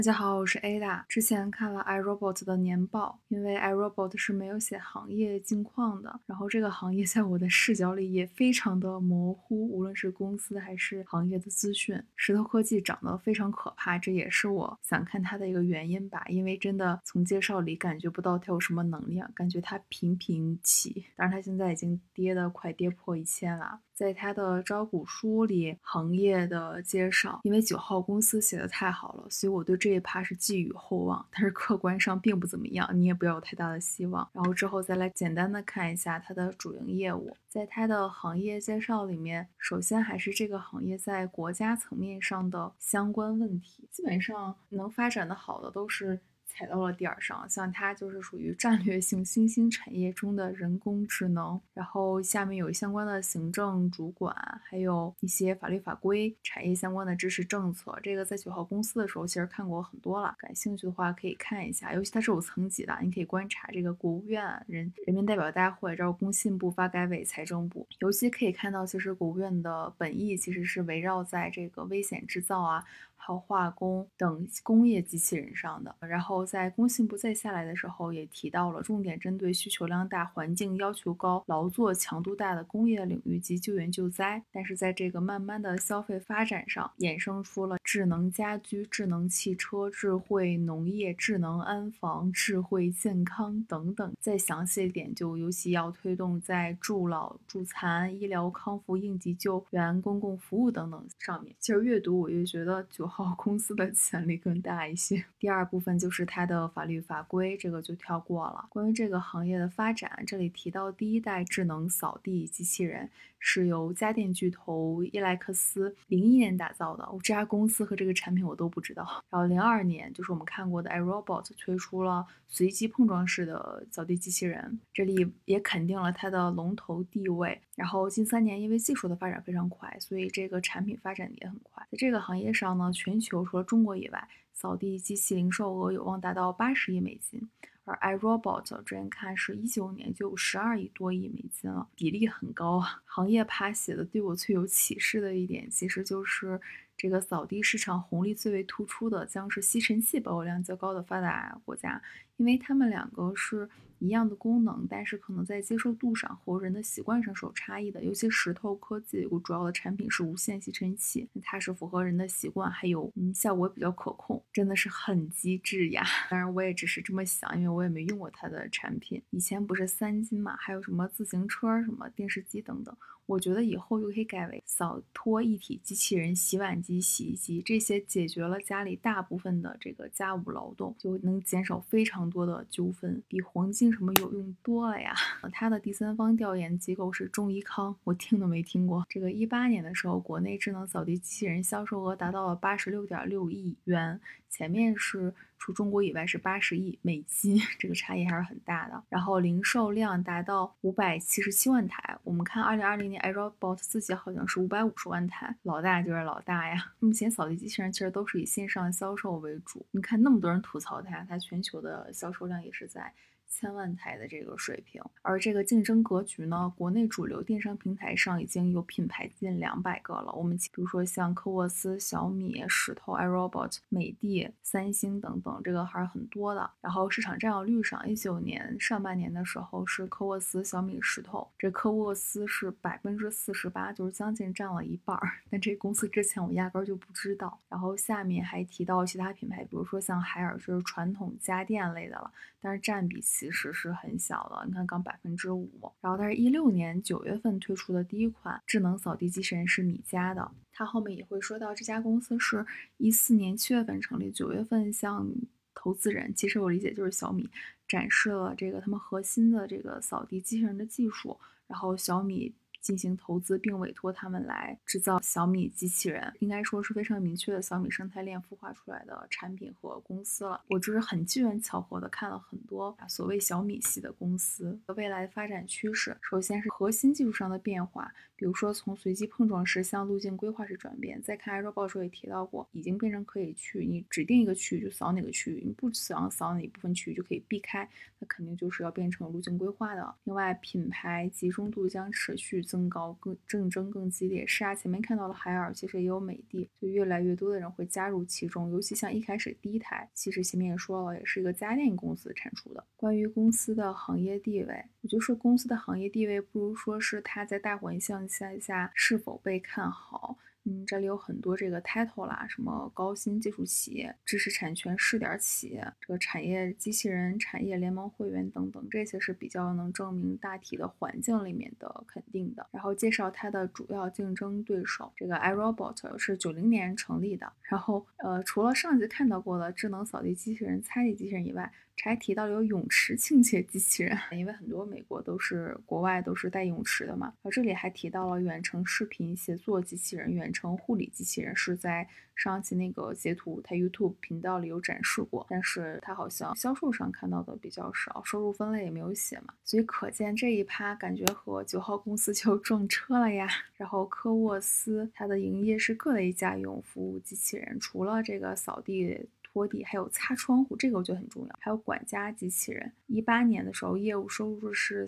大家好，我是 Ada。之前看了 iRobot 的年报，因为 iRobot 是没有写行业近况的，然后这个行业在我的视角里也非常的模糊，无论是公司还是行业的资讯。石头科技长得非常可怕，这也是我想看它的一个原因吧，因为真的从介绍里感觉不到它有什么能量，感觉它平平起。当然，它现在已经跌得快跌破1000了。在它的招股书里，行业的介绍，因为9号公司写的太好了，所以我对这一趴是寄予厚望。但是客观上并不怎么样，你也不要有太大的希望。然后之后再来简单的看一下它的主营业务，在它的行业介绍里面，首先还是这个行业在国家层面上的相关问题，基本上能发展的好的都是踩到了点儿上，像它就是属于战略性新兴产业中的人工智能，然后下面有相关的行政主管，还有一些法律法规、产业相关的知识政策。这个在9号公司的时候其实看过很多了，感兴趣的话可以看一下，尤其它是有层级的，你可以观察这个国务院、人民代表大会，然后工信部、发改委、财政部，尤其可以看到，其实国务院的本意其实是围绕在这个危险制造啊。还有化工等工业机器人上的，然后在工信部再下来的时候，也提到了重点针对需求量大、环境要求高、劳作强度大的工业领域及救援救灾。但是在这个慢慢的消费发展上，衍生出了智能家居、智能汽车、智慧农业、智能安防、智慧健康等等。再详细一点，就尤其要推动在助老、助残、医疗康复、应急救援、公共服务等等上面。其实阅读我就觉得9号公司的潜力更大一些。第二部分就是它的法律法规，这个就跳过了。关于这个行业的发展，这里提到第一代智能扫地机器人是由家电巨头伊莱克斯01年打造的，这家公司和这个产品我都不知道。然后02年就是我们看过的 iRobot 推出了随机碰撞式的扫地机器人，这里也肯定了它的龙头地位。然后近3年因为技术的发展非常快，所以这个产品发展也很快。在这个行业上呢，全球除了中国以外，扫地机器零售额有望达到80亿美金。而 iRobot 之前看是19年就有12亿多亿美金了，比例很高啊。行业趴写的对我最有启示的一点，其实就是这个扫地市场红利最为突出的将是吸尘器保有量较高的发达国家，因为它们两个是一样的功能，但是可能在接受度上和人的习惯上是有差异的。尤其石头科技有个主要的产品是无线吸尘器，它是符合人的习惯，还有效果比较可控，真的是很机智呀。当然我也只是这么想，因为我也没用过它的产品。以前不是3金嘛，还有什么自行车、什么电视机等等。我觉得以后就可以改为扫拖一体机器人、洗碗机、洗衣机，这些解决了家里大部分的这个家务劳动，就能减少非常多的纠纷，比黄金什么有用多了呀。它的第三方调研机构是中医康，我听都没听过。这个18年的时候，国内智能扫地机器人销售额达到了86.6亿元，前面是除中国以外是80亿美金，这个差异还是很大的。然后零售量达到577万台，我们看2020年 iRobot 自己好像是550万台，老大就是老大呀。目前扫地机器人其实都是以线上销售为主，你看那么多人吐槽它全球的销售量也是在1000万台的这个水平。而这个竞争格局呢，国内主流电商平台上已经有品牌近200个了。我们比如说像科沃斯、小米、石头、iRobot、美的、三星等等，这个还是很多的。然后市场占有率上，19年上半年的时候是科沃斯、小米、石头，这科沃斯是48%，就是将近占了一半。但这公司之前我压根就不知道。然后下面还提到其他品牌，比如说像海尔，就是传统家电类的了，但是占比其实是很小的，你看刚5%。然后它是16年9月份推出的第一款智能扫地机器人是米家的，它后面也会说到这家公司是14年7月份成立，9月份向投资人，其实我理解就是小米，展示了这个他们核心的这个扫地机器人的技术，然后小米进行投资，并委托他们来制造小米机器人，应该说是非常明确的小米生态链孵化出来的产品和公司了。我只是很机缘巧合的看了很多所谓小米系的公司未来的发展趋势。首先是核心技术上的变化，比如说从随机碰撞式向路径规划式转变。再看 iRobot 时候也提到过，已经变成可以去你指定一个区域就扫哪个区域，你不想扫哪一部分区域就可以避开，那肯定就是要变成路径规划的。另外，品牌集中度将持续增高，竞争更激烈。是啊，前面看到了海尔，其实也有美的，就越来越多的人会加入其中。尤其像一开始第一台，其实前面也说了，也是一个家电公司产出的。关于公司的行业地位，我就说公司的行业地位，不如说是它在大环境下是否被看好。这里有很多这个 title 啦，什么高新技术企业、知识产权试点企业、这个产业机器人产业联盟会员等等，这些是比较能证明大体的环境里面的肯定的。然后介绍它的主要竞争对手，这个 iRobot 是90年成立的。然后除了上集看到过的智能扫地机器人、擦地机器人以外，还提到了有泳池清洁机器人，因为很多美国国外都是带泳池的嘛。这里还提到了远程视频协作机器人、远程护理机器人，是在上期那个截图它 YouTube 频道里有展示过，但是它好像销售上看到的比较少，收入分类也没有写嘛，所以可见这一趴感觉和9号公司就撞车了呀。然后科沃斯它的营业是各类家用服务机器人，除了这个扫地拖地还有擦窗户，这个我觉得很重要，还有管家机器人。18年的时候业务收入是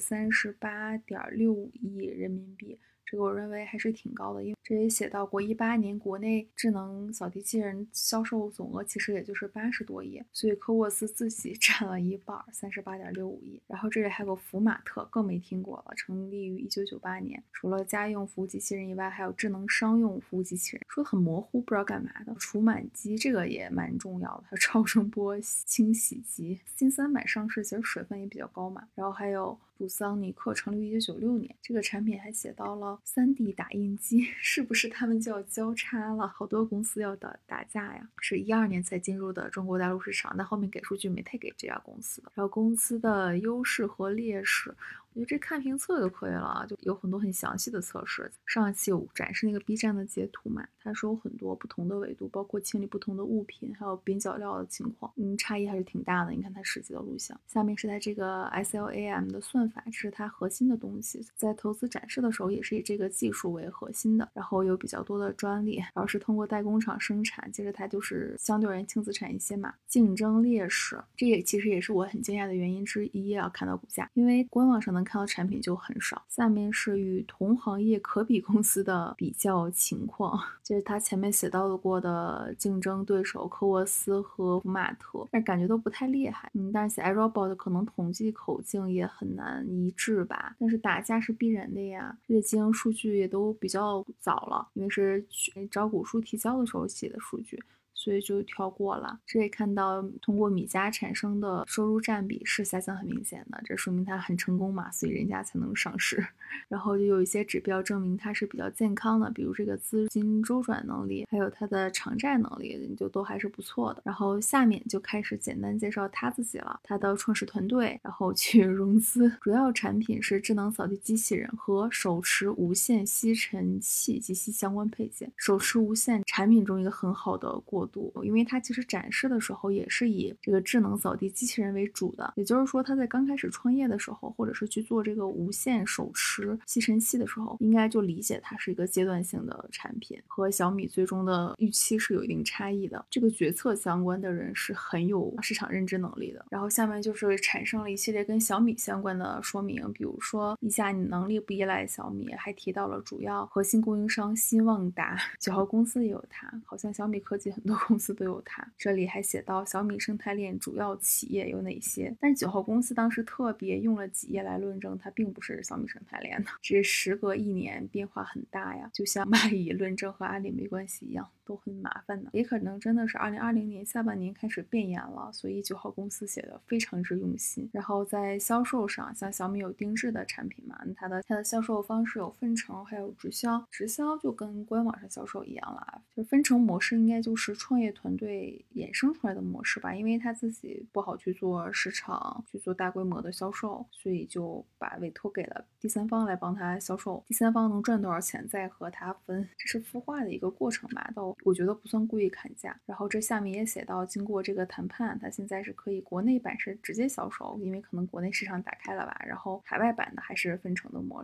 38.65亿人民币，这个我认为还是挺高的，因为这也写到过18年国内智能扫地机器人销售总额其实也就是80多亿，所以科沃斯自己占了一半，38.65亿。然后这里还有个福马特，更没听过了，成立于1998年。除了家用服务机器人以外，还有智能商用服务机器人，说很模糊，不知道干嘛的。除螨机这个也蛮重要的，还有超声波清洗机。新300上市，其实水分也比较高嘛。然后还有普桑尼克，成立于1996年，这个产品还写到了3D 打印机，是不是他们就要交叉了？好多公司要打架呀。是12年才进入的中国大陆市场，但后面给数据没太给这家公司的。然后公司的优势和劣势，我觉得这看评测就可以了，就有很多很详细的测试。上一期有展示那个 B 站的截图嘛，它是有很多不同的维度，包括清理不同的物品，还有边角料的情况，差异还是挺大的。你看它实际的录像。下面是它这个 SLAM 的算法，这是它核心的东西，在投资展示的时候也是以这个技术为核心的，然后有比较多的专利，然后是通过代工厂生产，接着它就是相对而言轻资产一些嘛。竞争劣势，这也其实也是我很惊讶的原因之一啊，看到股价，因为官网上能看到产品就很少。下面是与同行业可比公司的比较情况，就是它前面写到过的竞争对手科沃斯和福马特，但感觉都不太厉害。但是写 iRobot 可能统计口径也很难一致吧，但是打架是必然的呀。这些经营数据也都比较早了，因为是招股书提交的时候写的数据，所以就跳过了。这也看到通过米家产生的收入占比是下降很明显的，这说明它很成功嘛，所以人家才能上市。然后就有一些指标证明它是比较健康的，比如这个资金周转能力，还有它的偿债能力，就都还是不错的。然后下面就开始简单介绍他自己了，他的创始团队，然后去融资，主要产品是智能扫地机器人和手持无线吸尘器及其相关配件。手持无线产品中一个很好的过渡，因为它其实展示的时候也是以这个智能扫地机器人为主的，也就是说他在刚开始创业的时候，或者是去做这个无线手持吸尘器的时候，应该就理解它是一个阶段性的产品，和小米最终的预期是有一定差异的。这个决策相关的人是很有市场认知能力的。然后下面就是产生了一系列跟小米相关的说明，比如说以下能力不依赖小米，还提到了主要核心供应商新旺达，9号公司也有它，好像小米科技很多公司都有它。这里还写到小米生态链主要企业有哪些，但是9号公司当时特别用了几页来论证它并不是小米生态链的，这时隔1年变化很大呀，就像蚂蚁论证和阿里没关系一样，都很麻烦的。也可能真的是2020年下半年开始变严了，所以9号公司写的非常之用心。然后在销售上，像小米有定制的产品嘛，它的销售方式有分成还有直销，直销就跟官网上销售一样了，就分成模式应该就是创业团队衍生出来的模式吧，因为他自己不好去做市场，去做大规模的销售，所以就把委托给了第三方来帮他销售，第三方能赚多少钱再和他分，这是孵化的一个过程吧，我觉得不算故意砍价。然后这下面也写到，经过这个谈判，它现在是可以国内版是直接销售，因为可能国内市场打开了吧，然后海外版的还是分成的模式。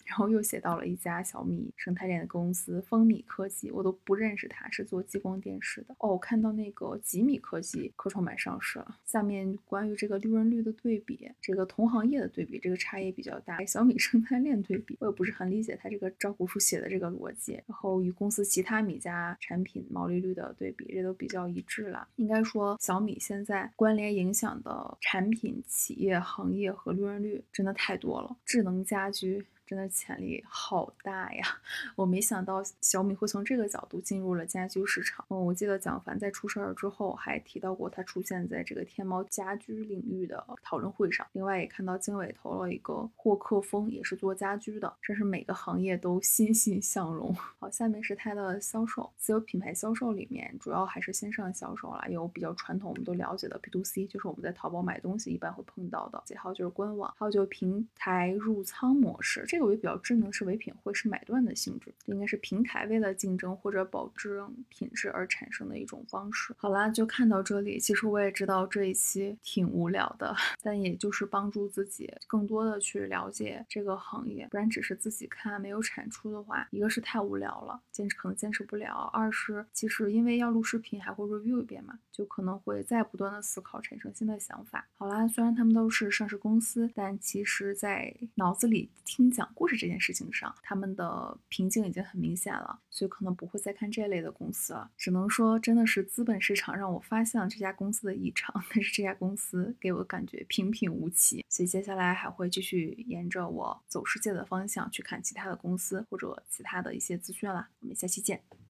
然后又写到了一家小米生态链的公司风米科技，我都不认识它，是做激光电视的。哦，我看到那个吉米科技科创板上市了。下面关于这个利润率的对比，这个同行业的对比，这个差异比较大。小米生态链对比，我也不是很理解它这个招股书写的这个逻辑。然后与公司其他米家产品毛利率的对比，这都比较一致了。应该说小米现在关联影响的产品、企业、行业和利润率真的太多了。智能家居真的潜力好大呀！我没想到小米会从这个角度进入了家居市场。我记得蒋凡在出事儿之后还提到过，他出现在这个天猫家居领域的讨论会上。另外也看到经纬投了一个霍克风，也是做家居的，真是每个行业都欣欣向荣。好，下面是它的销售，自有品牌销售里面主要还是线上销售啦，有比较传统我们都了解的 B2C， 就是我们在淘宝买东西一般会碰到的，还有就是官网，还有就是平台入仓模式。这个我也比较知名，是唯品会，是买断的性质，应该是平台为了竞争或者保证品质而产生的一种方式。好啦，就看到这里。其实我也知道这一期挺无聊的，但也就是帮助自己更多的去了解这个行业，不然只是自己看没有产出的话，一个是太无聊了，可能坚持不了；二是其实因为要录视频还会 review 一遍嘛，就可能会再不断的思考，产生新的想法。好啦，虽然他们都是上市公司，但其实在脑子里听讲故事这件事情上，他们的瓶颈已经很明显了，所以可能不会再看这类的公司了。只能说真的是资本市场让我发现了这家公司的异常，但是这家公司给我的感觉平平无奇，所以接下来还会继续沿着我走世界的方向去看其他的公司或者其他的一些资讯啦。我们下期见。